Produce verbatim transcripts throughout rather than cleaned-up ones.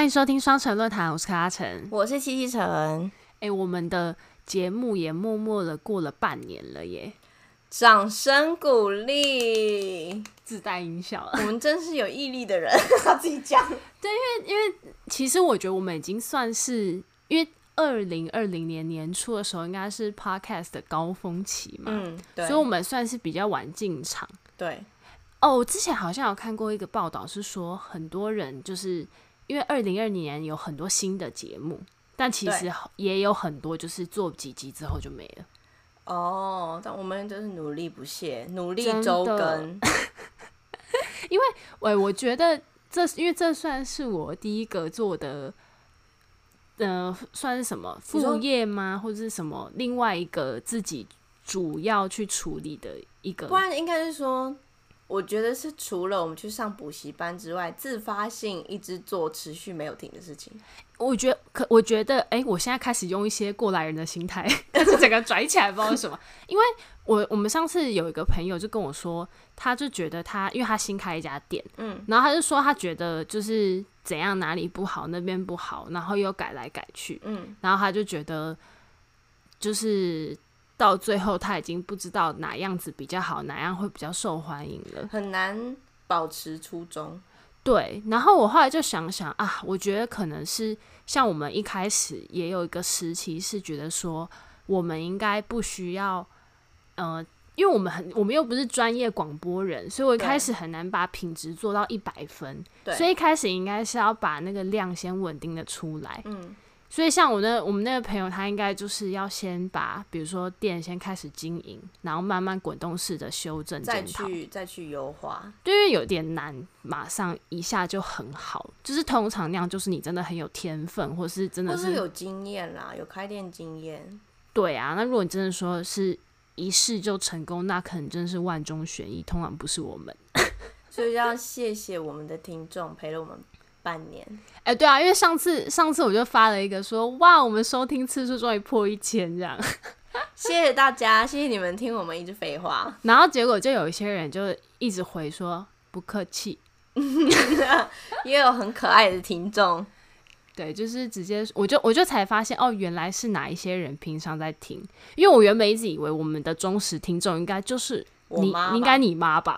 欢迎收听双城论坛，我是阿成， 我是七七陈。 哎，我们的节目也默默的过了半年了耶， 掌声鼓励， 自带音效。 我们真是有毅力的人，他自己讲。 对，因为因为其实我觉得我们已经算是，因为二零二零年年初的时候应该是 podcast 的高峰期嘛， 嗯，对， 所以我们算是比较晚进场。 对， 哦，我之前好像有看过一个报道，是说很多人就是因为二零二零年有很多新的节目，但其实也有很多就是做几集之后就没了。 哦，但我们就是努力不懈，努力周更。 因为我我觉得这，因为这算是我第一个做的，呃，算是什么副业吗？或者是什么另外一个自己主要去处理的一个？ 不然应该是说，我觉得是除了我们去上补习班之外，自发性一直做持续没有停的事情。 我觉得，可我觉得，哎、欸，我现在开始用一些过来人的心态，但是整个拽起来，不知道为什么。因为我我们上次有一个朋友就跟我说，他就觉得他，因为他新开一家店，嗯，然后他就说他觉得就是怎样哪里不好，那边不好，然后又改来改去，嗯，然后他就觉得就是到最后他已经不知道哪样子比较好，哪样会比较受欢迎了， 很难保持初衷。 对，然后我后来就想想啊，我觉得可能是像我们一开始也有一个时期是觉得说，我们应该不需要，呃，因为我们很，我们又不是专业广播人，所以我一开始很难把品质做到一百分，所以一开始应该是要把那个量先稳定的出来，嗯。所以像我那我们那个朋友，他应该就是要先把，比如说店先开始经营，然后慢慢滚动式的修正检讨， 再去再去优化。 对，因为有点难，马上一下就很好。就是通常那样，就是你真的很有天分，或是真的是， 或是有经验啦，有开店经验。 对啊，那如果你真的说是一试就成功，那可能真的是万中选一，通常不是我们。 所以要谢谢我们的听众陪了我们半年。 哎、欸，对啊，因为上次上次我就发了一个说，哇，我们收听次数终于破一千这样。 谢谢大家，谢谢你们听我们一直废话。 然后结果就有一些人就一直回说不客气， 也有很可爱的听众。 对，就是直接我就我就才发现哦，原来是哪一些人平常在听，因为我原本一直以为我们的忠实听众应该就是你，应该你妈吧。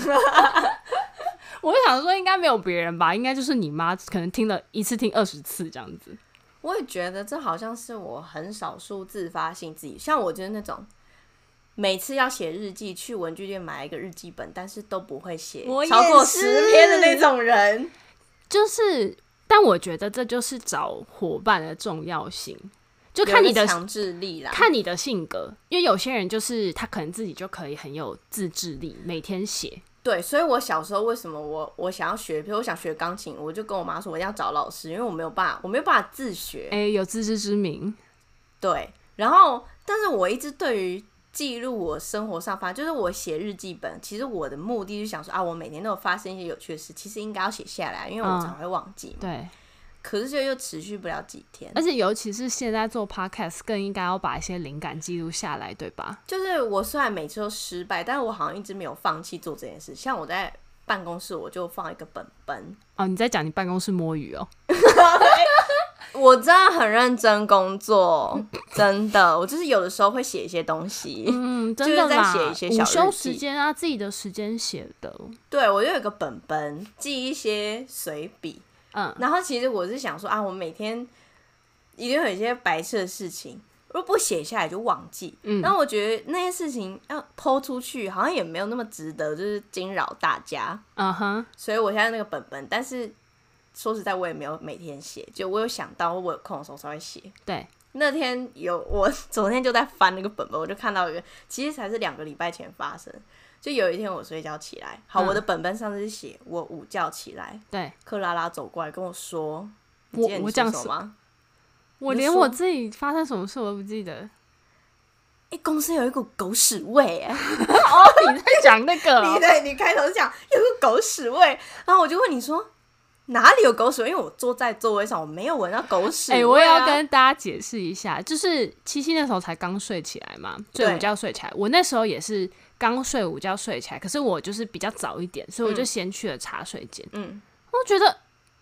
我就想说应该没有别人吧，应该就是你妈，可能听了一次听二十次这样子。 我也觉得这好像是我很少数自发性自己，像我就是那种每次要写日记去文具店买一个日记本，但是都不会写超过十篇的那种人。 就是但我觉得这就是找伙伴的重要性，就看你的强制力啦， 看你的性格，因为有些人就是他可能自己就可以很有自制力，每天写。 对，所以我小时候为什么我我想要学，比如我想学钢琴，我就跟我妈说我一定要找老师，因为我没有办法，我没有办法自学。 哎、欸，有自知之明。 对，然后但是我一直对于记录我生活上发生，就是我写日记本，其实我的目的是想说啊，我每天都有发生一些有趣的事，其实应该要写下来，因为我常会忘记嘛。 嗯、对。 可是就又持续不了几天， 而且尤其是现在做 podcast 更应该要把一些灵感记录下来，对吧？ 就是我虽然每次都失败，但是我好像一直没有放弃做这件事。像我在办公室，我就放一个本本。 哦，你在讲你办公室摸鱼哦？ 我真的很认真工作，真的，我就是有的时候会写一些东西， 嗯，真的啦，就是在写一些小日记， 午休时间啊，自己的时间写的。 对，我就有一个本本，记一些随笔。嗯，然后其实我是想说啊，我每天一定有一些白痴的事情，如果不写下来就忘记。嗯，然后我觉得那些事情要po出去，好像也没有那么值得，就是惊扰大家。嗯哼，所以我现在那个本本，但是说实在，我也没有每天写，就我有想到我有空的时候才会写。 对， 那天有我昨天就在翻那个本本，我就看到一个，其实才是两个礼拜前发生。就有一天我睡觉起来，好，嗯、我的本本上次是写我午觉起来， 对， 克拉拉走过来跟我说，你记得你说什么吗？ 我连我自己发生什么事我都不记得。 哎、欸，公司有一股狗屎味哎！ 哦，你在讲那个、哦？ 你对，你开头是讲有一股狗屎味，然后我就问你说哪里有狗屎味？因为我坐在座位上，我没有闻到狗屎味、啊。哎、欸， 我也要跟大家解释一下，就是七七那时候才刚睡起来嘛，睡午觉睡起来，我那时候也是。刚睡午觉睡起来，可是我就是比较早一点，所以我就先去了茶水间。嗯，我觉得，哎、欸，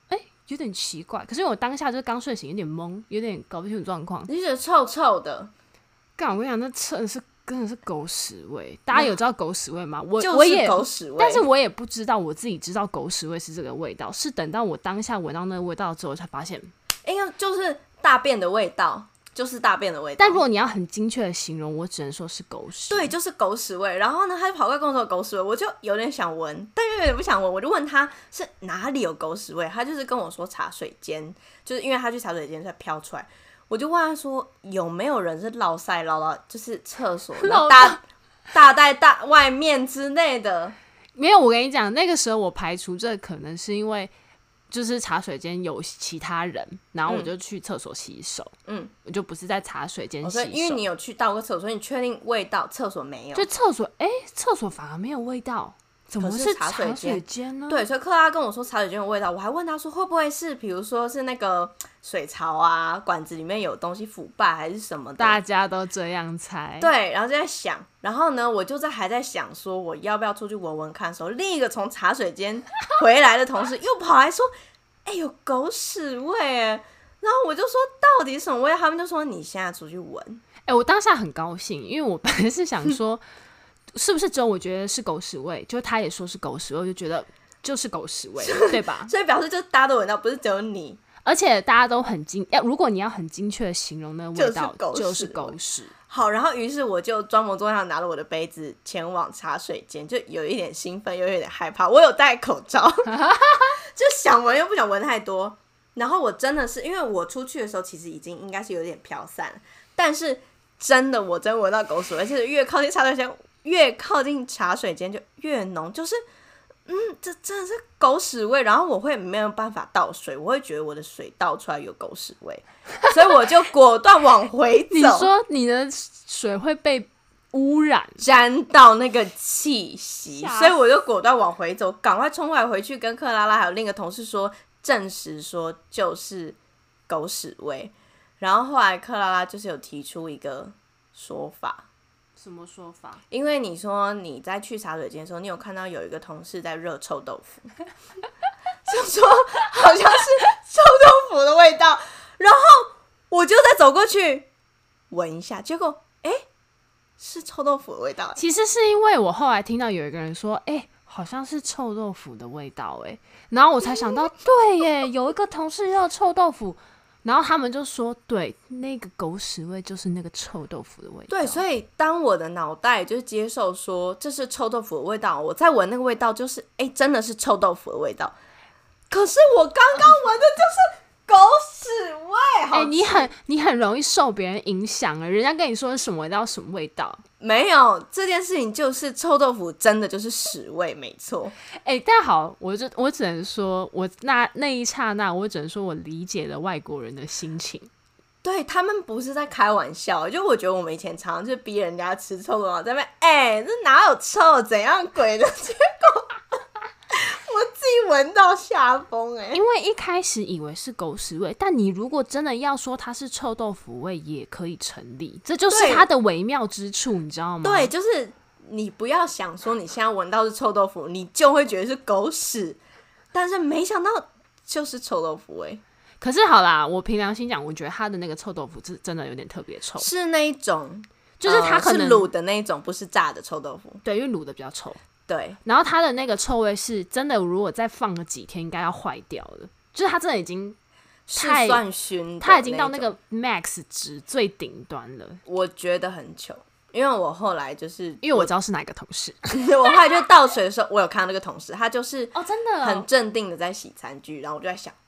有点奇怪。可是我当下就刚睡醒，有点懵，有点搞不清楚状况。 你觉得臭臭的？ 干，我跟你讲，那真的是真的是狗屎味。大家有知道狗屎味吗？我就是狗屎味， 但是我也不知道我自己知道狗屎味是这个味道，是等到我当下闻到那个味道之后才发现， 应该就是大便的味道。就是大便的味道， 但如果你要很精确的形容，我只能说是狗屎。 对，就是狗屎味。然后呢，他就跑过来跟我说狗屎味，我就有点想闻，但又有点不想闻。我就问他是哪里有狗屎味，他就是跟我说茶水间，就是因为他去茶水间才飘出来。我就问他说有没有人是落塞落到就是厕所大大袋大外面之类的？ 没有，我跟你讲，那个时候我排除这可能是因为。就是茶水间有其他人，然后我就去厕所洗手。嗯，我就不是在茶水间洗手， 哦，因为你有去到过厕所，所以你确定味道厕所没有？ 就厕所，哎、欸，厕所反而没有味道，怎么是茶水间呢？ 对，所以克拉跟我说茶水间有味道，我还问他说会不会是，比如说是那个水槽啊，管子里面有东西腐败还是什么的？ 大家都这样猜。 对，然后就在想，然后呢，我就在还在想说我要不要出去闻闻看的时候，另一个从茶水间回来的同事又跑来说：“哎、欸，有狗屎味！”哎，然后我就说：“到底什么味？”他们就说：“你现在出去闻。” 哎、欸，我当下很高兴，因为我本来是想说，是不是只有我觉得是狗屎味？就他也说是狗屎味，我就觉得就是狗屎味，对吧？ 所以表示就大家都闻到，不是只有你。 而且大家都很精，要如果你要很精确的形容那个味道，就是狗屎。 好，然后于是我就装模作样拿了我的杯子前往茶水间，就有一点兴奋，又有点害怕。我有戴口罩，就想闻又不想闻太多。然后我真的是因为我出去的时候其实已经应该是有点飘散了，但是真的我真闻到狗屎味，而且越靠近茶水间，越靠近茶水间就越浓，就是。嗯，这真的是狗屎味，然后我会没有办法倒水，我会觉得我的水倒出来有狗屎味，所以我就果断往回走。 你说你的水会被污染， 沾到那个气息，所以我就果断往回走，赶快冲回来回去跟克拉拉还有另一个同事说，证实说就是狗屎味。然后后来克拉拉就是有提出一个说法。 什么说法？ 因为你说你在去茶水间的时候，你有看到有一个同事在热臭豆腐，就说好像是臭豆腐的味道，然后我就再走过去闻一下，结果哎、欸，是臭豆腐的味道。 其实是因为我后来听到有一个人说，哎、欸，好像是臭豆腐的味道，哎，然后我才想到，对耶，有一个同事热臭豆腐。然后他们就说，对，那个狗屎味就是那个臭豆腐的味道。 对，所以当我的脑袋就是接受说这是臭豆腐的味道，我在闻那个味道就是，哎，真的是臭豆腐的味道。可是我刚刚闻的就是狗屎味，哎、 欸，你很你很容易受别人影响了。人家跟你说是什么味道，什么味道？ 没有这件事情，就是臭豆腐真的就是屎味，没错。 哎、欸，但好，我就我只能说，我那那一刹那，我只能说我理解了外国人的心情。 对，他们不是在开玩笑，就我觉得我们以前常常就逼人家吃臭豆腐，在那边哎、欸，这哪有臭？怎样鬼的？结果我自己闻到下风哎、欸， 因为一开始以为是狗屎味，但你如果真的要说它是臭豆腐味，也可以成立，这就是它的微妙之处，你知道吗？ 对，就是你不要想说你现在闻到是臭豆腐，你就会觉得是狗屎，但是没想到就是臭豆腐味。 可是好啦，我凭良心讲，我觉得它的那个臭豆腐是真的有点特别臭， 是那一种， 就是它可能、 呃、是卤的那一种，不是炸的臭豆腐。 对，因为卤的比较臭。 对， 然后它的那个臭味是真的，如果再放个几天，应该要坏掉了。就是它真的已经太是算熏， 它已经到那个 max 值最顶端了。 我觉得很糗，因为我后来就是因为我知道是哪个同事， 我后来就倒水的时候，我有看到那个同事，他就是哦，真的很镇定的在洗餐具，然后我就在想，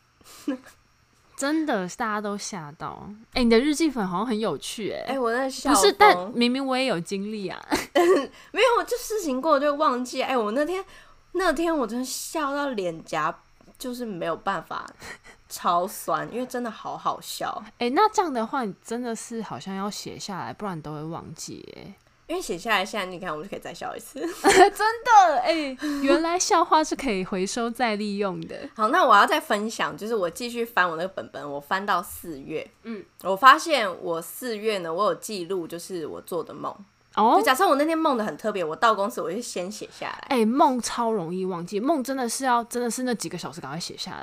真的大家都吓到。哎、欸，你的日记本好像很有趣哎、欸。 哎、欸，我在笑， 不是，但明明我也有经历啊。 没有，就事情过了就忘记。哎、欸，我那天那天我真的笑到脸颊就是没有办法超酸，因为真的好好笑。 哎、欸，那这样的话，你真的是好像要写下来，不然都会忘记哎、欸。 因为写下来，现在你看，我们就可以再笑一次。 真的，哎、欸，原来笑话是可以回收再利用的。 好，那我要再分享，就是我继续翻我那个本本，我翻到四月，嗯，我发现我四月呢，我有记录，就是我做的梦。哦，就假设我那天梦的很特别，我到公司我就先写下来。 哎、欸，梦超容易忘记，梦真的是要真的是那几个小时赶快写下来。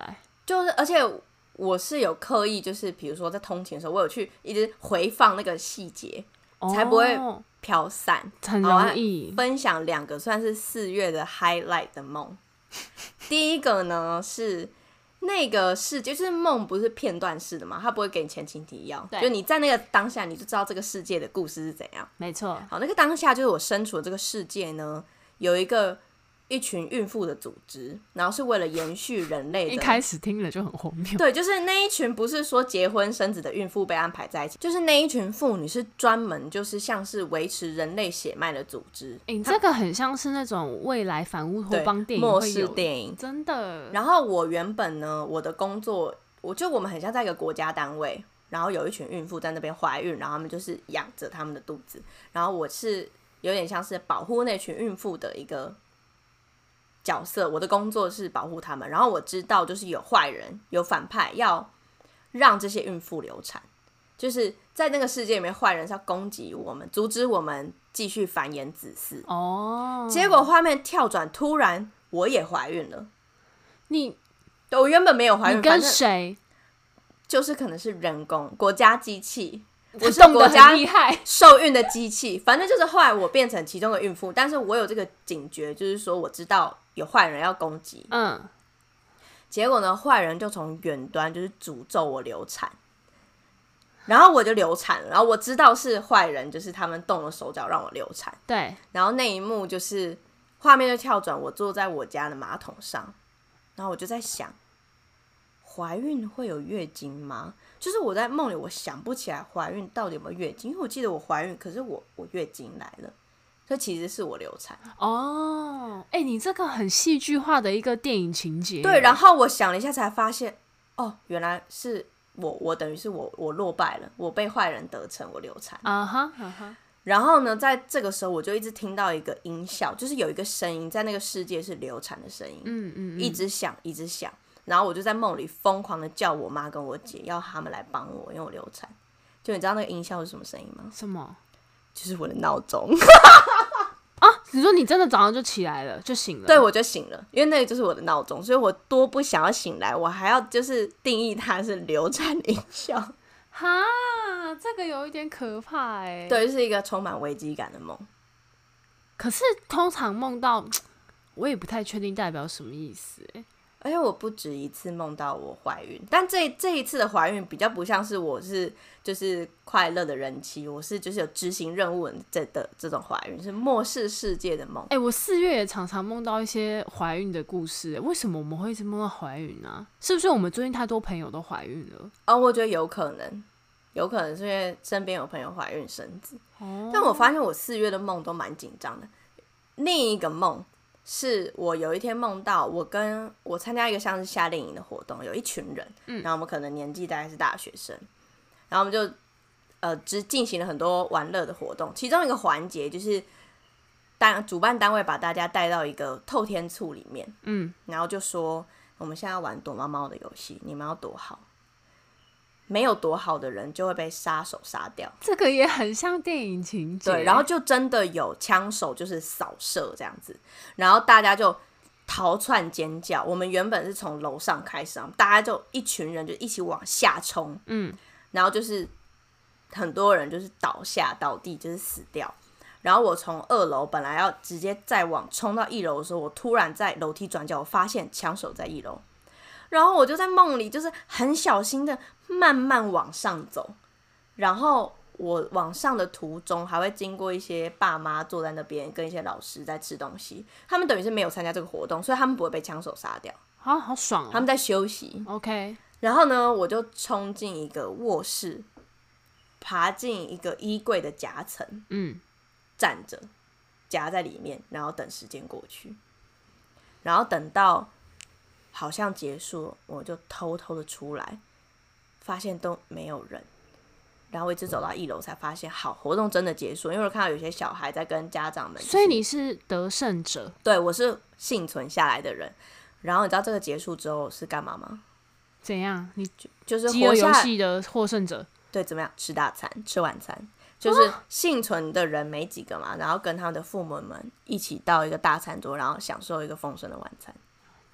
就是而且我是有刻意，就是比如说在通勤的时候，我有去一直回放那个细节，哦，才不会飘散， 很容易。 分享两个算是四月的 highlight 的梦。第一个呢是那个世界，就是梦不是片段式的嘛，它不会给你前情提要，就你在那个当下你就知道这个世界的故事是怎样。 没错。 好，那个当下就是我身处的这个世界呢，有一个一群孕妇的组织，然后是为了延续人类的。 一开始听了就很荒谬。 对，就是那一群不是说结婚生子的孕妇被安排在一起，就是那一群妇女是专门就是像是维持人类血脉的组织。 欸，这个很像是那种未来反乌托邦电影会有， 末世电影， 真的。 然后我原本呢，我的工作，我就我们很像在一个国家单位，然后有一群孕妇在那边怀孕，然后他们就是养着他们的肚子，然后我是有点像是保护那群孕妇的一个角色，我的工作是保护他们，然后我知道就是有坏人有反派要让这些孕妇流产，就是在那个世界里面坏人是要攻击我们，阻止我们继续繁衍子嗣。哦，结果画面跳转，突然我也怀孕了。 你我原本没有怀孕， 你跟谁？ 就是可能是人工国家机器， 我是国家受孕的机器，反正就是后来我变成其中的孕妇，但是我有这个警觉，就是说我知道有坏人要攻击，嗯，结果呢，坏人就从远端就是诅咒我流产，然后我就流产了，然后我知道是坏人，就是他们动了手脚让我流产， 对， 然后那一幕就是画面就跳转，我坐在我家的马桶上，然后我就在想，怀孕会有月经吗？就是我在梦里，我想不起来怀孕到底有没有月经，因为我记得我怀孕，可是我我月经来了，所以其实是我流产。 哦，哎、欸，你这个很戏剧化的一个电影情节。 对，然后我想了一下，才发现，哦，原来是我，我等于是我，我落败了，我被坏人得逞，我流产。啊哈啊哈。然后呢，在这个时候，我就一直听到一个音效，就是有一个声音在那个世界是流产的声音，嗯嗯嗯，一直响，一直响。然后我就在梦里疯狂的叫我妈跟我姐，要他们来帮我，因为我流产。就你知道那个音效是什么声音吗？ 什么？ 就是我的闹钟。 啊！你说你真的早上就起来了，就醒了？ 对，我就醒了，因为那个就是我的闹钟，所以我多不想要醒来，我还要就是定义它是流产音效。 哈，这个有一点可怕哎、欸。 对，是一个充满危机感的梦。 可是通常梦到，我也不太确定代表什么意思哎、欸。 而且我不止一次梦到我怀孕，但这这一次的怀孕比较不像是我是就是快乐的人妻，我是就是有执行任务的的这种怀孕，是末世世界的梦。 哎、欸，我四月也常常梦到一些怀孕的故事、欸，为什么我们会一直梦到怀孕呢、啊？是不是我们最近太多朋友都怀孕了？ 哦，我觉得有可能，有可能是因为身边有朋友怀孕生子。哦，但我发现我四月的梦都蛮紧张的。另一个梦。是我有一天梦到我跟我参加一个像是夏令营的活动，有一群人，嗯，然后我们可能年纪大概是大学生，然后我们就呃只进行了很多玩乐的活动，其中一个环节就是单主办单位把大家带到一个透天厝里面，嗯，然后就说我们现在要玩躲猫猫的游戏，你们要躲好。没有躲好的人就会被杀手杀掉， 这个也很像电影情节。 对，然后就真的有枪手就是扫射这样子，然后大家就逃窜尖叫。我们原本是从楼上开始，大家就一群人就一起往下冲，嗯，然后就是很多人就是倒下倒地，就是死掉。然后我从二楼本来要直接再往冲到一楼的时候，我突然在楼梯转角，我发现枪手在一楼。然后我就在梦里就是很小心的慢慢往上走，然后我往上的途中还会经过一些爸妈坐在那边跟一些老师在吃东西，他们等于是没有参加这个活动，所以他们不会被枪手杀掉。 好好爽哦， 他们在休息 OK。 然后呢我就冲进一个卧室，爬进一个衣柜的夹层，嗯，站着夹在里面，然后等时间过去，然后等到好像结束了，我就偷偷的出来，发现都没有人，然后我一直走到一楼才发现，好，活动真的结束，因为我看到有些小孩在跟家长们。 所以你是得胜者？ 对，我是幸存下来的人。然后你知道这个结束之后是干嘛吗？ 怎样？你就是饥饿游戏的获胜者。 对，怎么样？吃大餐，吃晚餐。就是幸存的人没几个嘛，然后跟他们的父母们一起到一个大餐桌，然后享受一个丰盛的晚餐。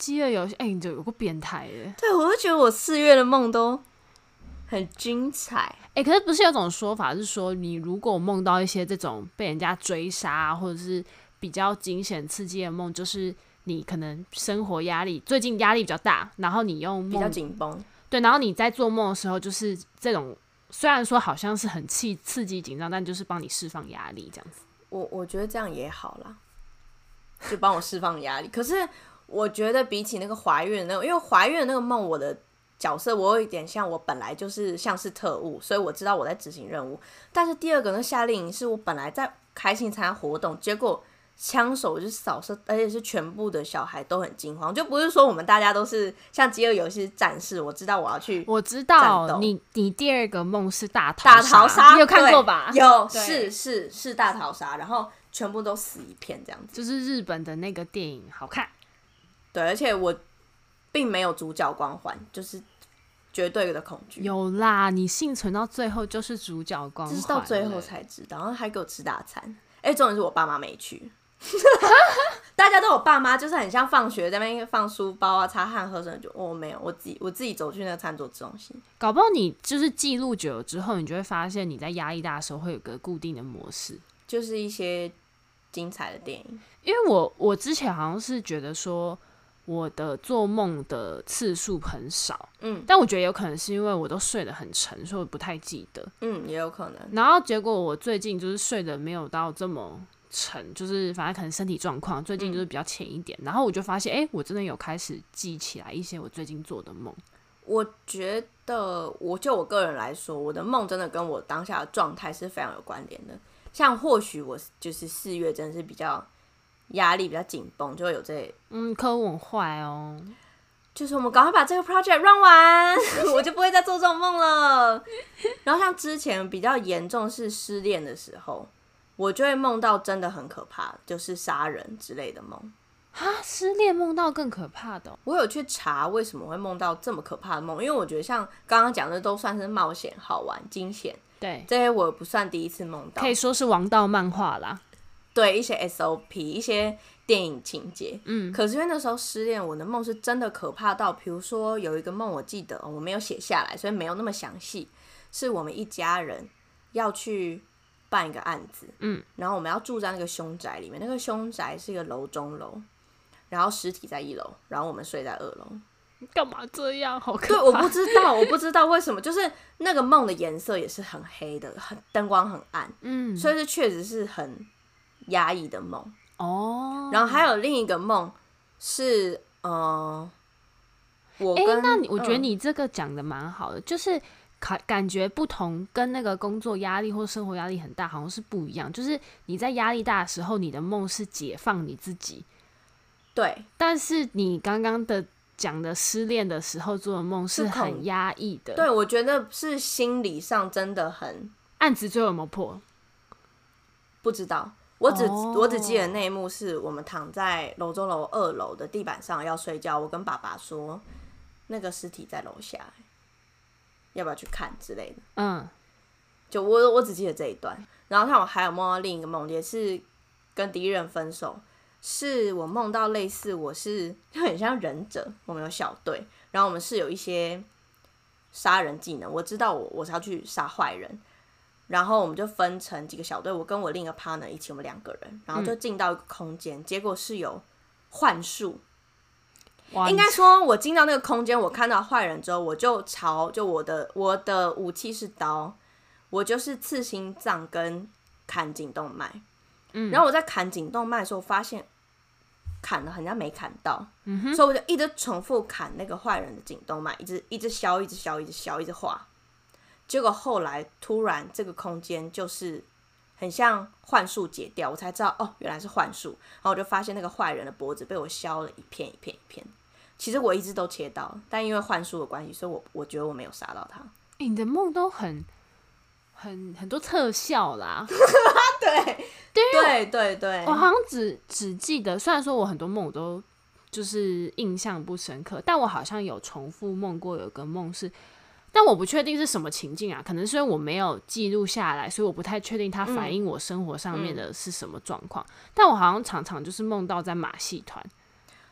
饥饿游戏，哎、欸，你就有个变态耶。 对，我就觉得我四月的梦都很精彩。 哎、欸，可是不是有种说法是说，你如果梦到一些这种被人家追杀、啊，或者是比较惊险刺激的梦，就是你可能生活压力最近压力比较大，然后你用梦比较紧绷， 对，然后你在做梦的时候，就是这种虽然说好像是很刺刺激紧张，但就是帮你释放压力这样子。 我我觉得这样也好啦，就帮我释放压力。可是我觉得比起那个怀孕的那个，因为怀孕的那个梦，我的角色我有一点像我本来就是像是特务，所以我知道我在执行任务。但是第二个那夏令营是我本来在开心参加活动，结果枪手就是扫射，而且是全部的小孩都很惊慌，就不是说我们大家都是像饥饿游戏战士，我知道我要去， 我知道你你第二个梦是大逃大逃杀， 你有看过吧？ 有，是是是大逃杀，然后全部都死一片这样子， 就是日本的那个电影好看。 对，而且我并没有主角光环，就是绝对的恐惧。 有啦，你幸存到最后就是主角光环， 就是到最后才知道，然后还给我吃大餐。哎、欸，重点是我爸妈没去。大家都有爸妈，就是很像放学在那边放书包啊、擦汗、喝水，就我、哦、没有，我自己我自己走去那个餐桌吃东西。 搞不好你就是记录久了之后，你就会发现你在压力大的时候会有个固定的模式， 就是一些精彩的电影。 因为我我之前好像是觉得说。我的做梦的次数很少，嗯，但我觉得有可能是因为我都睡得很沉，所以我不太记得， 嗯，也有可能。 然后结果我最近就是睡得没有到这么沉，就是反正可能身体状况最近就是比较浅一点，嗯、然后我就发现，哎、欸，我真的有开始记起来一些我最近做的梦。 我觉得，我就我个人来说，我的梦真的跟我当下的状态是非常有关联的。像或许我就是四月真的是比较。压力比较紧绷，就会有这嗯，科文坏哦， 就是我们赶快把这个 project run 完，我就不会再做这种梦了。然后像之前比较严重是失恋的时候，我就会梦到真的很可怕，就是杀人之类的梦。 哈，失恋梦到更可怕的、哦。 我有去查为什么会梦到这么可怕的梦，因为我觉得像刚刚讲的都算是冒险、好玩、惊险， 对， 这些我不算第一次梦到， 可以说是王道漫画啦。 对，一些 S O P 一些电影情节，嗯，可是因为那时候失恋，我的梦是真的可怕到，比如说有一个梦我记得我没有写下来，所以没有那么详细，是我们一家人要去办一个案子，嗯，然后我们要住在那个凶宅里面，那个凶宅是一个楼中楼，然后尸体在一楼，然后我们睡在二楼。 干嘛这样？好可怕！ 对，我不知道，我不知道为什么，就是那个梦的颜色也是很黑的，很灯光很暗，嗯，所以是确实是很压抑的梦哦。然后还有另一个梦是，呃，我跟、 欸、那你我觉得你这个讲的蛮好的，嗯、就是感觉不同，跟那个工作压力或生活压力很大，好像是不一样。就是你在压力大的时候，你的梦是解放你自己， 对。 但是你刚刚的讲的失恋的时候做的梦是很压抑的。 对，我觉得是心理上真的很。 案子最后有没有破？ 不知道。我只、oh. 我只记得那一幕是我们躺在楼中楼二楼的地板上要睡觉，我跟爸爸说那个尸体在楼下，要不要去看之类的。嗯，就我我只记得这一段。然后他我还有梦到另一个梦，也是跟敌人分手，是我梦到类似我是就很像忍者，我们有小队，然后我们是有一些杀人技能，我知道我我是要去杀坏人。然后我们就分成几个小队，我跟我另一个 partner 一起，我们两个人，然后就进到一个空间、嗯，结果是有幻术。应该说，我进到那个空间，我看到坏人之后，我就朝就我的我的武器是刀，我就是刺心脏跟砍颈动脉。嗯，然后我在砍颈动脉的时候，发现砍了好像没砍到、嗯，所以我就一直重复砍那个坏人的颈动脉，一直一直削，一直削，一直削，一直划。结果后来突然这个空间就是很像幻术解掉，我才知道哦，原来是幻术。然后我就发现那个坏人的脖子被我削了一片一片一片。其实我一直都切到，但因为幻术的关系，所以我我觉得我没有杀到他。 欸、你的梦都很很很多特效啦。 对对对对， 我好像只只记得，虽然说我很多梦我都就是印象不深刻，但我好像有重复梦过，有个梦是。但我不确定是什么情境啊，可能是因为我没有记录下来，所以我不太确定它反映我生活上面的是什么状况、嗯嗯。但我好像常常就是梦到在马戏团。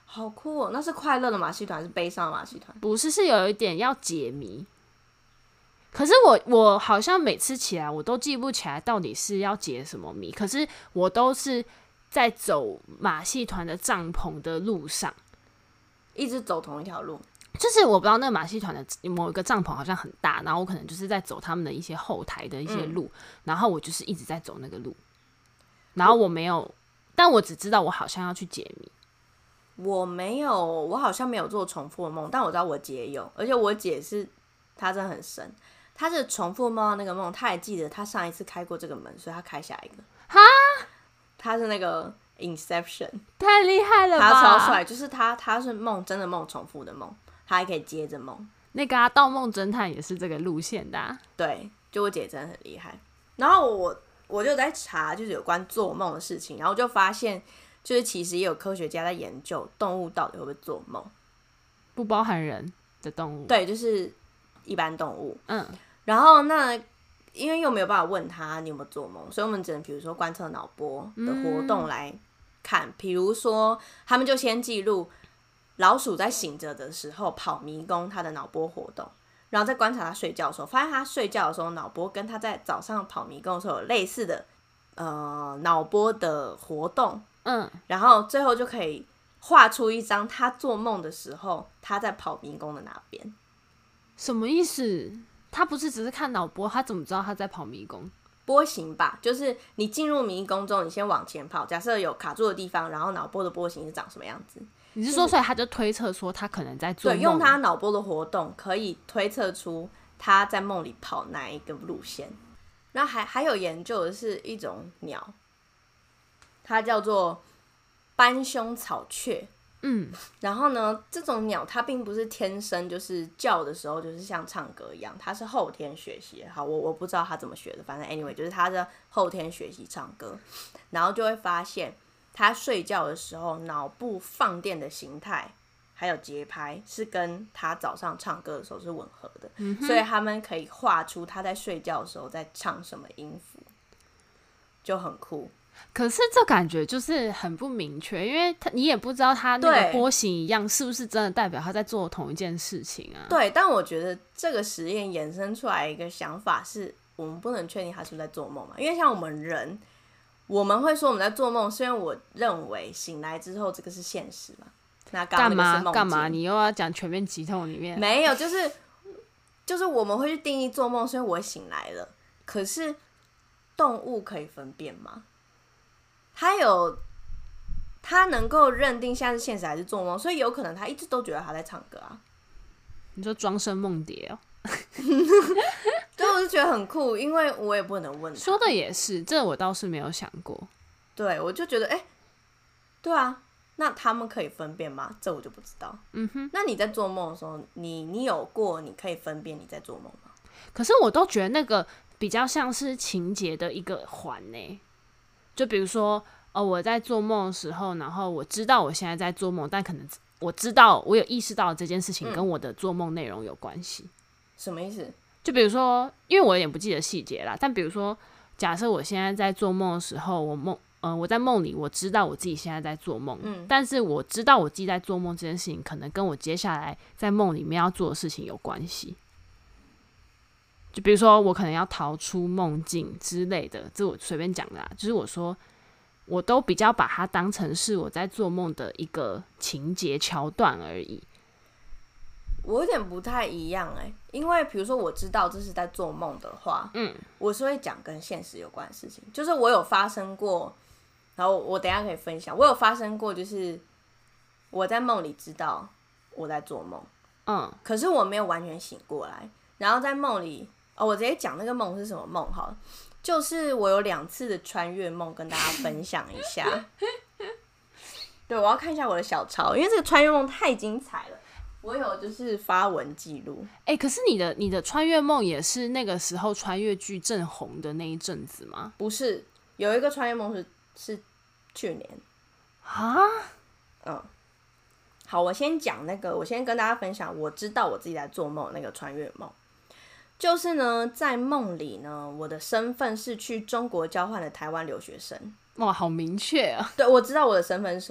好酷哦！那是快乐的马戏团还是悲伤的马戏团？ 不是，是有一点要解谜。可是我我好像每次起来我都记不起来到底是要解什么谜，可是我都是在走马戏团的帐篷的路上， 一直走同一条路。 就是我不知道那个马戏团的某一个帐篷好像很大，然后我可能就是在走他们的一些后台的一些路，嗯、然后我就是一直在走那个路，然后我没有，但我只知道我好像要去解谜。 我没有，我好像没有做重复的梦，但我知道我姐有，而且我姐是她真的很神，她是重复梦到那个梦，她还记得她上一次开过这个门，所以她开下一个。 哈， 她是那个 Inception， 太厉害了吧！ 她超帅，就是她，她是梦真的梦重复的梦，她还可以接着梦。 那个啊，《盗梦侦探》也是这个路线的、啊。 对，就我姐真的很厉害。然后我我就在查，就是有关做梦的事情，然后就发现。就是其实也有科学家在研究动物到底会不会做梦， 不包含人的动物。 对，就是一般动物。 嗯， 然后那因为又没有办法问他你有没有做梦，所以我们只能比如说观测脑波的活动来看。比、嗯、如说，他们就先记录老鼠在醒着的时候跑迷宫，它的脑波活动，然后再观察它睡觉的时候，发现它睡觉的时候脑波跟它在早上跑迷宫的时候有类似的呃脑波的活动。嗯，然后最后就可以画出一张他做梦的时候他在跑迷宫的哪边。 什么意思？他不是只是看脑波，他怎么知道他在跑迷宫？ 波形吧，就是你进入迷宫中，你先往前跑，假设有卡住的地方，然后脑波的波形是长什么样子？ 你是说，所以他就推测说他可能在做梦？ 对，用他脑波的活动可以推测出他在梦里跑哪一个路线。然后还还有研究的是一种鸟。它叫做斑胸草雀，嗯，然后呢，这种鸟它并不是天生就是叫的时候就是像唱歌一样，它是后天学习。好，我我不知道它怎么学的，反正 anyway 就是它是后天学习唱歌，然后就会发现它睡觉的时候脑部放电的形态还有节拍是跟它早上唱歌的时候是吻合的，嗯、所以他们可以画出他在睡觉的时候在唱什么音符，就很酷。 可是这感觉就是很不明确，因为他你也不知道他那个波形一样是不是真的代表他在做同一件事情啊？ 对，但我觉得这个实验衍生出来一个想法是，我们不能确定他是不是在做梦嘛？因为像我们人，我们会说我们在做梦，是因为我认为醒来之后这个是现实嘛？那刚刚那个是梦境。干嘛？干嘛？ 你又要讲全面集痛里面？ 没有，就是就是我们会去定义做梦，所以我醒来了。可是动物可以分辨吗？他有，他能够认定现在是现实还是做梦，所以有可能他一直都觉得他在唱歌啊。 你说庄生梦蝶哦？ 对，我就觉得很酷，因为我也不能问他。 说的也是，这我倒是没有想过。 对，我就觉得，哎、欸，对啊，那他们可以分辨吗？这我就不知道。嗯哼，那你在做梦的时候，你你有过你可以分辨你在做梦吗？ 可是我都觉得那个比较像是情节的一个环呢。就比如说，哦，我在做梦的时候，然后我知道我现在在做梦，但可能我知道我有意识到这件事情跟我的做梦内容有关系。嗯、 什么意思？ 就比如说，因为我有点不记得细节啦，但比如说，假设我现在在做梦的时候，我梦，呃，我在梦里我知道我自己现在在做梦，嗯，但是我知道我自己在做梦这件事情，可能跟我接下来在梦里面要做的事情有关系。就比如说我可能要逃出梦境之类的，这我随便讲的啦，就是我说我都比较把它当成是我在做梦的一个情节桥段而已。 我有点不太一样哎、欸，因为比如说我知道这是在做梦的话，嗯，我是会讲跟现实有关的事情，就是我有发生过，然后我等一下可以分享，我有发生过，就是我在梦里知道我在做梦，嗯，可是我没有完全醒过来，然后在梦里。哦，我直接讲那个梦是什么梦好了，就是我有两次的穿越梦跟大家分享一下。对，我要看一下我的小抄，因为这个穿越梦太精彩了。我有就是发文记录。 哎、欸，可是你的你的穿越梦也是那个时候穿越剧正红的那一阵子吗？ 不是，有一个穿越梦是是去年啊。嗯，好，我先讲那个，我先跟大家分享，我知道我自己在做梦那个穿越梦。就是呢，在梦里呢，我的身份是去中国交换的台湾留学生。 哇，好明确啊！ 对，我知道我的身份是什么。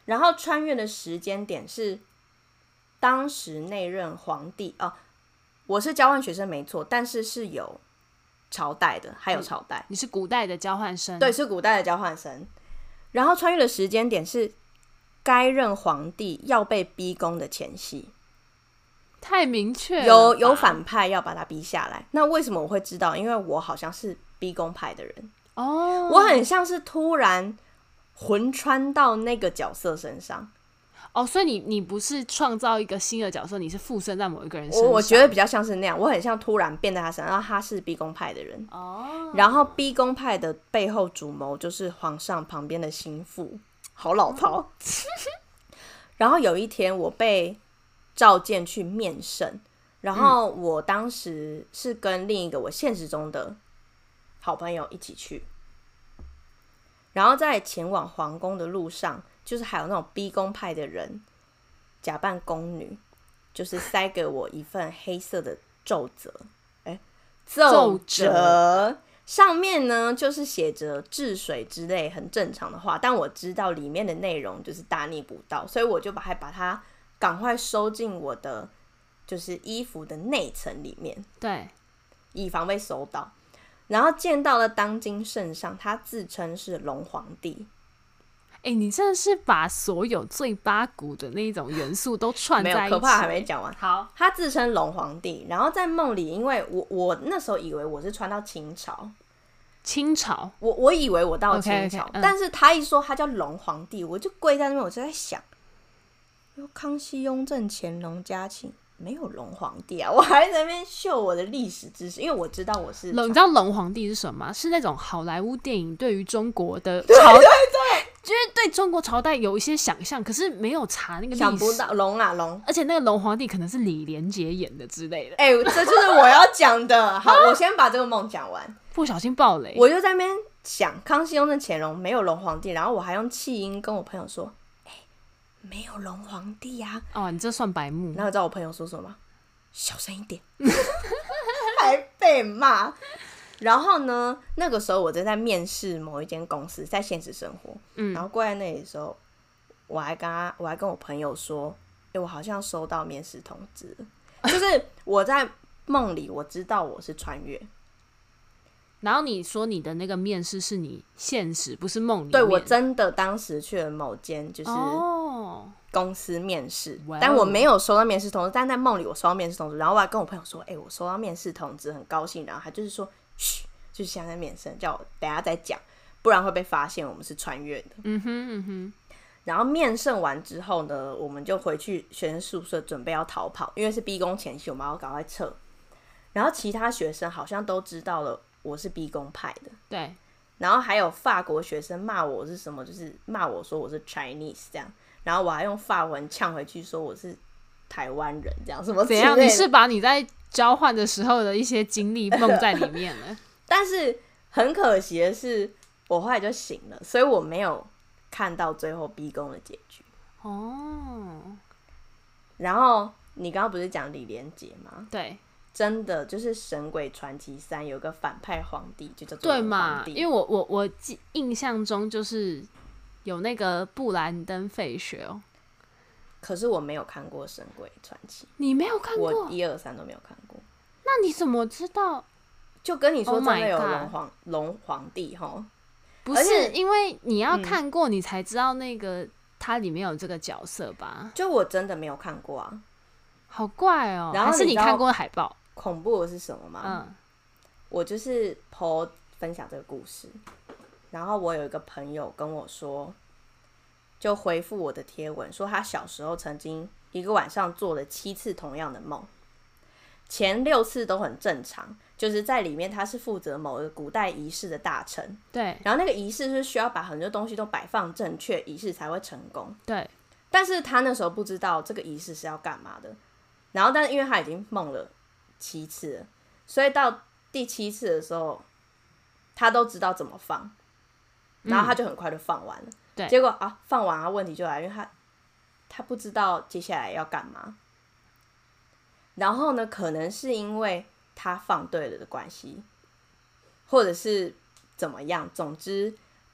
然后穿越的时间点是当时那任皇帝哦，我是交换学生没错，但是是有朝代的，还有朝代。 你是古代的交换生？ 对，是古代的交换生。然后穿越的时间点是该任皇帝要被逼宫的前夕。 太明确了， 有有反派要把他逼下来。那为什么我会知道？因为我好像是逼宫派的人哦，我很像是突然魂穿到那个角色身上哦，所以你你不是创造一个新的角色，你是附身在某一个人身上。 我我觉得比较像是那样，我很像突然变在他身上，然后他是逼宫派的人哦，然后逼宫派的背后主谋就是皇上旁边的心腹，好老套。哦、然后有一天我被召见去面圣，然后我当时是跟另一个我现实中的好朋友一起去，然后在前往皇宫的路上，就是还有那种逼宫派的人假扮宫女，就是塞给我一份黑色的奏折，哎，奏折上面呢就是写着治水之类很正常的话，但我知道里面的内容就是大逆不道，所以我就把还把它赶快收进我的就是衣服的内层里面， 对， 以防被搜到。然后见到了当今圣上，他自称是龙皇帝。 哎、欸，你真的是把所有最八股的那种元素都串在一起。 没有，可怕还没讲完。 好， 他自称龙皇帝，然后在梦里，因为我我那时候以为我是穿到清朝， 清朝， 我我以为我到清朝， okay, okay, 嗯、但是他一说他叫龙皇帝，我就跪在那边，我就在想。康熙、雍正、乾隆、嘉庆，没有龙皇帝啊！我还在那边秀我的历史知识，因为我知道我是。 你知道龙皇帝是什么吗？是那种好莱坞电影对于中国的朝， 对对对， 就是对中国朝代有一些想象，可是没有查那个历史， 想不到龙啊龙， 而且那个龙皇帝可能是李连杰演的之类的。 哎、欸，这就是我要讲的。好，我先把这个梦讲完。 不小心爆雷， 我就在那边想，康熙、雍正、乾隆没有龙皇帝，然后我还用气音跟我朋友说。没有龙皇帝啊！ 哦，你这算白目。 然后你知道我朋友说什么吗？小声一点，还被骂。然后呢，那个时候我正在面试某一间公司，在现实生活。嗯，然后过在那里的时候，我还跟他，我还跟我朋友说：“哎、欸，我好像收到面试通知了。”就是我在梦里，我知道我是穿越。 然后你说你的那个面试是你现实，不是梦里面。 对，我真的当时去了某间就是公司面试，哦、但我没有收到面试通知，但在梦里我收到面试通知，然后我还跟我朋友说：“哎、欸，我收到面试通知，很高兴。”然后他就是说：“嘘，就是现在在面试，叫我等一下再讲，不然会被发现我们是穿越的。”嗯哼嗯哼。然后面试完之后呢，我们就回去学生宿舍准备要逃跑，因为是逼宫前夕，我们要赶快撤。然后其他学生好像都知道了。我是逼宫派的， 对， 然后还有法国学生骂我是什么，就是骂我说我是 Chinese 这样，然后我还用法文呛回去说我是台湾人这样，什么之类的。 怎样？你是把你在交换的时候的一些经历梦在里面了？ 但是很可惜的是，我后来就醒了，所以我没有看到最后逼宫的结局。哦，然后你刚刚不是讲李连杰吗？ 对。 真的就是《神鬼传奇三》有个反派皇帝，就叫做对嘛？因为我我我印象中就是有那个布兰登·费雪哦， 可是我没有看过《神鬼传奇》， 你没有看过？ 我一二三都没有看过。 那你怎么知道？ 就跟你说，真的有龙皇龙、oh、皇帝哈？ 不是，因为你要看过，你才知道那个、嗯、它里面有这个角色吧？ 就我真的没有看过啊， 好怪哦。 然后还是你看过海报？ 恐怖的是什么吗？嗯，我就是 po 分享这个故事，然后我有一个朋友跟我说，就回复我的贴文说，他小时候曾经一个晚上做了七次同样的梦，前六次都很正常，就是在里面他是负责某个古代仪式的大臣， 对， 然后那个仪式是需要把很多东西都摆放正确，仪式才会成功， 对， 但是他那时候不知道这个仪式是要干嘛的，然后但是因为他已经梦了七次了，所以到第七次的时候他都知道怎么放，然后他就很快就放完了、嗯、对，结果啊放完啊问题就来，因为他他不知道接下来要干嘛，然后呢可能是因为他放对了的关系，或者是怎么样，总之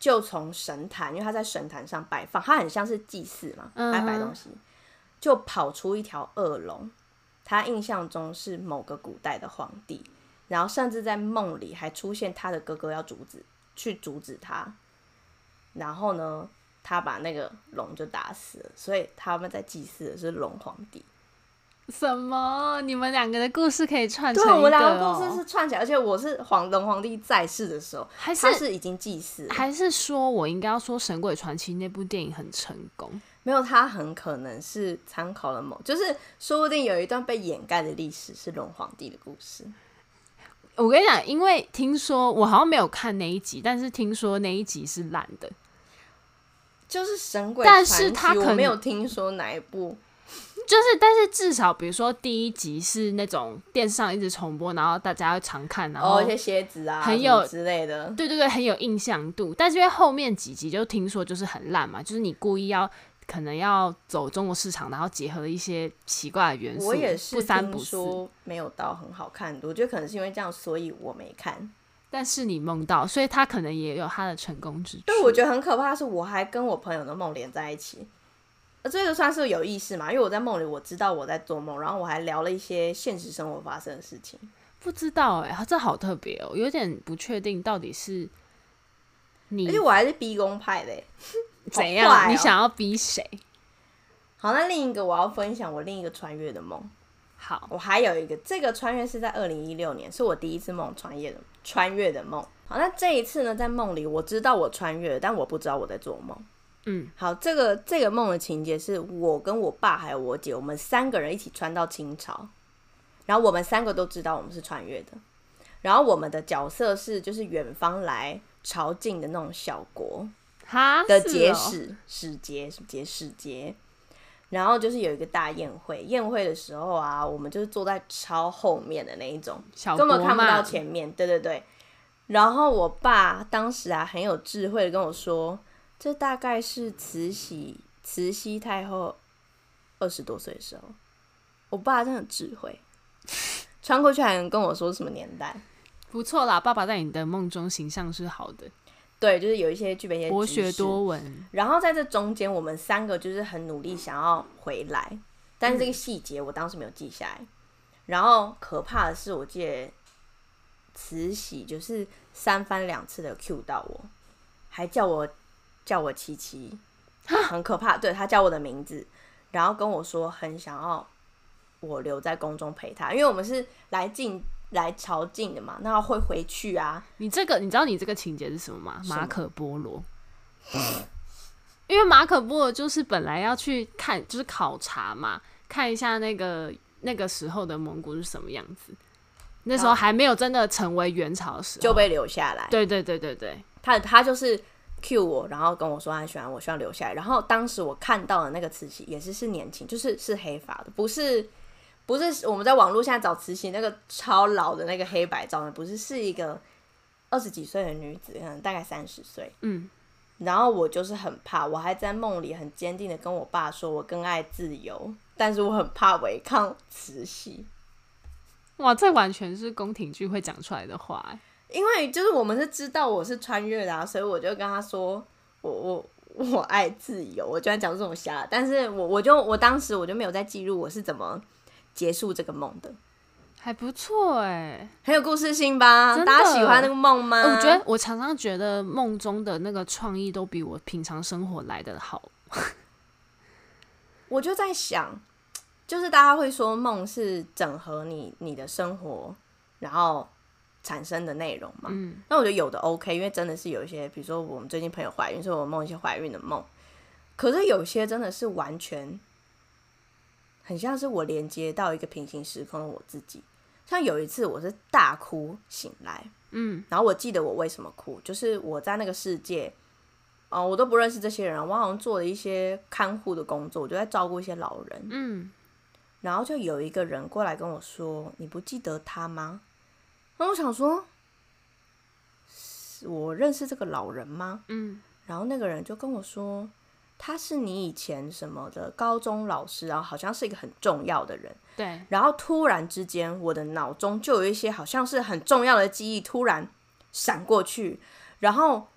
就从神坛，因为他在神坛上摆放，他很像是祭祀嘛，他摆东西，就跑出一条恶龙。他印象中是某个古代的皇帝，然后甚至在梦里还出现他的哥哥要阻止，去阻止他。然后呢，他把那个龙就打死了，所以他们在祭祀的是龙皇帝。 什么？你们两个的故事可以串成一个、哦？ 对，我们两个故事是串起来，而且我是黄龙皇帝在世的时候，还是他是已经祭祀了， 还是说我应该要说《神鬼传奇》那部电影很成功？ 没有，他很可能是参考了某，就是说不定有一段被掩盖的历史是龙皇帝的故事。 我跟你讲，因为听说我好像没有看那一集，但是听说那一集是烂的， 就是《神鬼传奇》， 但是他可能我没有听说哪一部。 就是，但是至少比如说第一集是那种电视上一直重播，然后大家会常看，然后哦一些蝎子啊很有之类的， 对对对，很有印象度。但是因为后面几集就听说就是很烂嘛，就是你故意要可能要走中国市场，然后结合一些奇怪的元素， 我也是不三不四， 听说没有到很好看的，我觉得可能是因为这样，所以我没看。 但是你梦到，所以他可能也有他的成功之处。 对，我觉得很可怕的是，我还跟我朋友的梦连在一起。这个算是有意识嘛？因为我在梦里我知道我在做梦，然后我还聊了一些现实生活发生的事情。 不知道哎、欸，这好特别哦，有点不确定到底是你， 而且我还是逼宫派的、欸， 怎样、 喔？ 你想要逼谁？ 好，那另一个我要分享我另一个穿越的梦。 好， 我还有一个，这个穿越是在二零一六年，是我第一次梦穿越的穿越的梦。好，那这一次呢，在梦里我知道我穿越了，但我不知道我在做梦。 嗯， 好，这个这个梦的情节是我跟我爸还有我姐，我们三个人一起穿到清朝，然后我们三个都知道我们是穿越的，然后我们的角色是就是远方来朝觐的那种小国的节使使节节使节，然后就是有一个大宴会，宴会的时候啊，我们就是坐在超后面的那一种，根本看不到前面，对对对。然后我爸当时啊很有智慧的跟我说，这大概是慈禧慈禧太后二十多岁的时候。我爸真的很智慧，穿过去还能跟我说什么年代。 不错啦，爸爸在你的梦中形象是好的。 对，就是有一些具备一些博学多闻。 然后在这中间，我们三个就是很努力想要回来，但是这个细节我当时没有记下来。嗯、然后可怕的是，我记得慈禧就是三番两次的 cue 到我，还叫我叫我七七，很可怕。对，他叫我的名字，然后跟我说很想要我留在宫中陪他，因为我们是来进。来朝觐的嘛，那会回去啊。 你这个，你知道你这个情节是什么吗？马可波罗。因为马可波罗就是本来要去看，就是考察嘛，看一下那个那个时候的蒙古是什么样子。那时候还没有真的成为元朝的时候， 就被留下来。 对对对对对， 他他就是 cue 我，然后跟我说他喜欢我，希望留下来。然后当时我看到的那个慈禧也是是年轻，就是是黑发的，不是。不是我们在网络现在找慈禧那个超老的那个黑白照的，不是，是一个二十几岁的女子，可能大概三十岁。嗯，然后我就是很怕，我还在梦里很坚定的跟我爸说，我更爱自由，但是我很怕违抗慈禧。 哇，这完全是宫廷剧会讲出来的话。 因为就是我们是知道我是穿越的啊，所以我就跟他说，我我我爱自由，我居然讲这种瞎，但是我我就我当时我就没有在记录我是怎么结束这个梦的。 还不错哎、欸， 很有故事性吧？大家喜欢那个梦吗？ 我觉得我常常觉得梦中的那个创意都比我平常生活来得好。 我就在想，就是大家会说梦是整合你你的生活，然后产生的内容嘛。嗯，那我觉得有的 OK， 因为真的是有一些，比如说我们最近朋友怀孕，所以我梦一些怀孕的梦。可是有些真的是完全。很像是我连接到一个平行时空的我自己，像有一次我是大哭醒来，嗯，然后我记得我为什么哭，就是我在那个世界，哦，我都不认识这些人，我好像做了一些看护的工作，我就在照顾一些老人，嗯，然后就有一个人过来跟我说：“你不记得他吗？”然后我想说，我认识这个老人吗？嗯，然后那个人就跟我说。他是你以前什么的高中老师，然后好像是一个很重要的人。 对。 然后突然之间，我的脑中就有一些好像是很重要的记忆突然闪过去，然后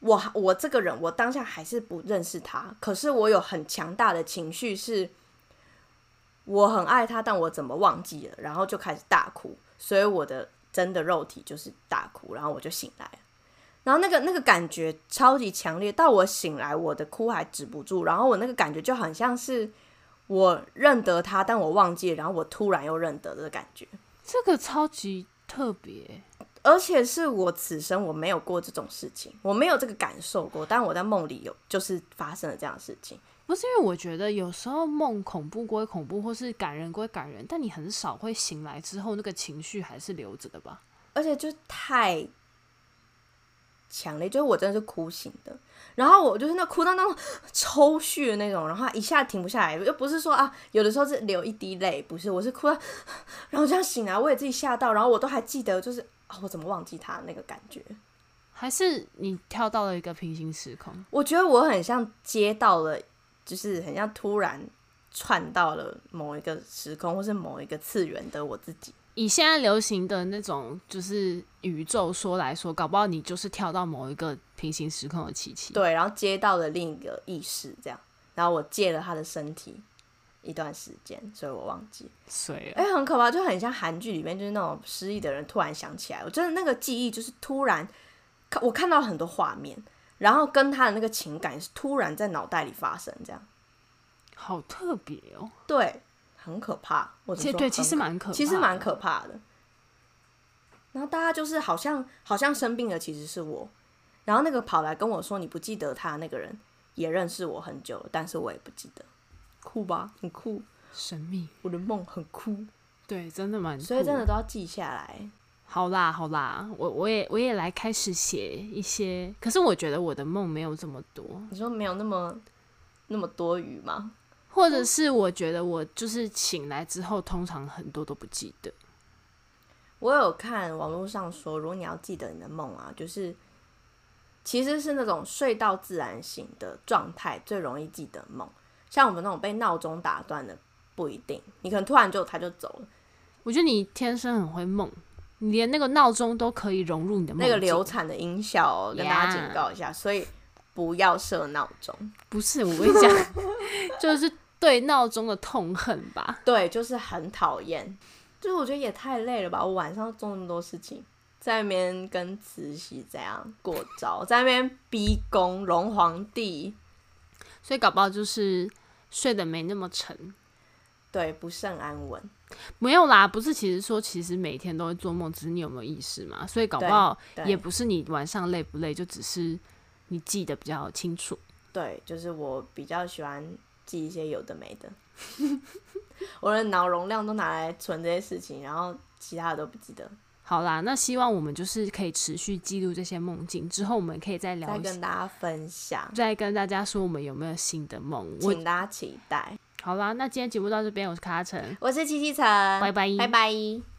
我我这个人，我当下还是不认识他，可是我有很强大的情绪，是我很爱他，但我怎么忘记了，然后就开始大哭，所以我的真的肉体就是大哭，然后我就醒来了。然后那个那个感觉超级强烈，到我醒来，我的哭还止不住。然后我那个感觉就很像是我认得他，但我忘记了，然后我突然又认得的感觉。 这个超级特别， 而且是我此生我没有过这种事情，我没有这个感受过。但我在梦里有，就是发生了这样的事情。 不是因为我觉得有时候梦恐怖归恐怖，或是感人归感人，但你很少会醒来之后那个情绪还是留着的吧？ 而且就太强烈，就是我真的是哭醒的，然后我就是那哭到那种抽搐的那种，然后一下停不下来，又不是说啊，有的时候是流一滴泪，不是，我是哭到，然后这样醒来，我也自己吓到，然后我都还记得，就是啊，我怎么忘记他那个感觉？ 还是你跳到了一个平行时空？ 我觉得我很像接到了，就是很像突然串到了某一个时空，或是某一个次元的我自己。 以现在流行的那种就是宇宙说来说，搞不好你就是跳到某一个平行时空的奇奇。 对，然后接到了另一个意识，这样，然后我借了他的身体一段时间，所以我忘记。 水了， 哎、欸，很可怕，就很像韩剧里面就是那种失忆的人突然想起来，我真的那个记忆就是突然，我看到很多画面，然后跟他的那个情感是突然在脑袋里发生，这样， 好特别哦。 对。很可怕，我其实对，其实蛮可怕的， 其实蛮可怕的。然后大家就是好像好像生病了，其实是我。然后那个跑来跟我说你不记得他的那个人也认识我很久了，但是我也不记得。酷吧，很酷， 神秘。 我的梦很酷， 对，真的蛮酷的， 所以真的都要记下来。 好啦好啦，我我也我也来开始写一些，可是我觉得我的梦没有这么多。 你说没有那么那么多余吗？ 或者是我觉得我就是醒来之后，通常很多都不记得。 我有看网络上说，如果你要记得你的梦啊，就是其实是那种睡到自然醒的状态最容易记得梦。像我们那种被闹钟打断的不一定，你可能突然就他就走了。 我觉得你天生很会梦，你连那个闹钟都可以融入你的梦境。 那个流产的音效哦，跟大家警告一下， yeah. 所以不要设闹钟。 不是，我跟你讲，就是对闹钟的痛恨吧。 对，就是很讨厌。就是我觉得也太累了吧！我晚上做那么多事情，在那边跟慈禧这样过招，在那边逼宫龙皇帝， 所以搞不好就是睡得没那么沉。 对，不甚安稳。 没有啦，不是，其实说其实每天都会做梦，只是你有没有意识嘛？所以搞不好也不是你晚上累不累，就只是你记得比较清楚。 对，就是我比较喜欢记一些有的没的。我的脑容量都拿来存这些事情，然后其他的都不记得。 好啦，那希望我们就是可以持续记录这些梦境，之后我们可以再聊， 再跟大家分享， 再跟大家说我们有没有新的梦， 请大家期待。 好啦，那今天节目到这边，我是卡卡城， 我是七七城， 拜拜， 拜拜。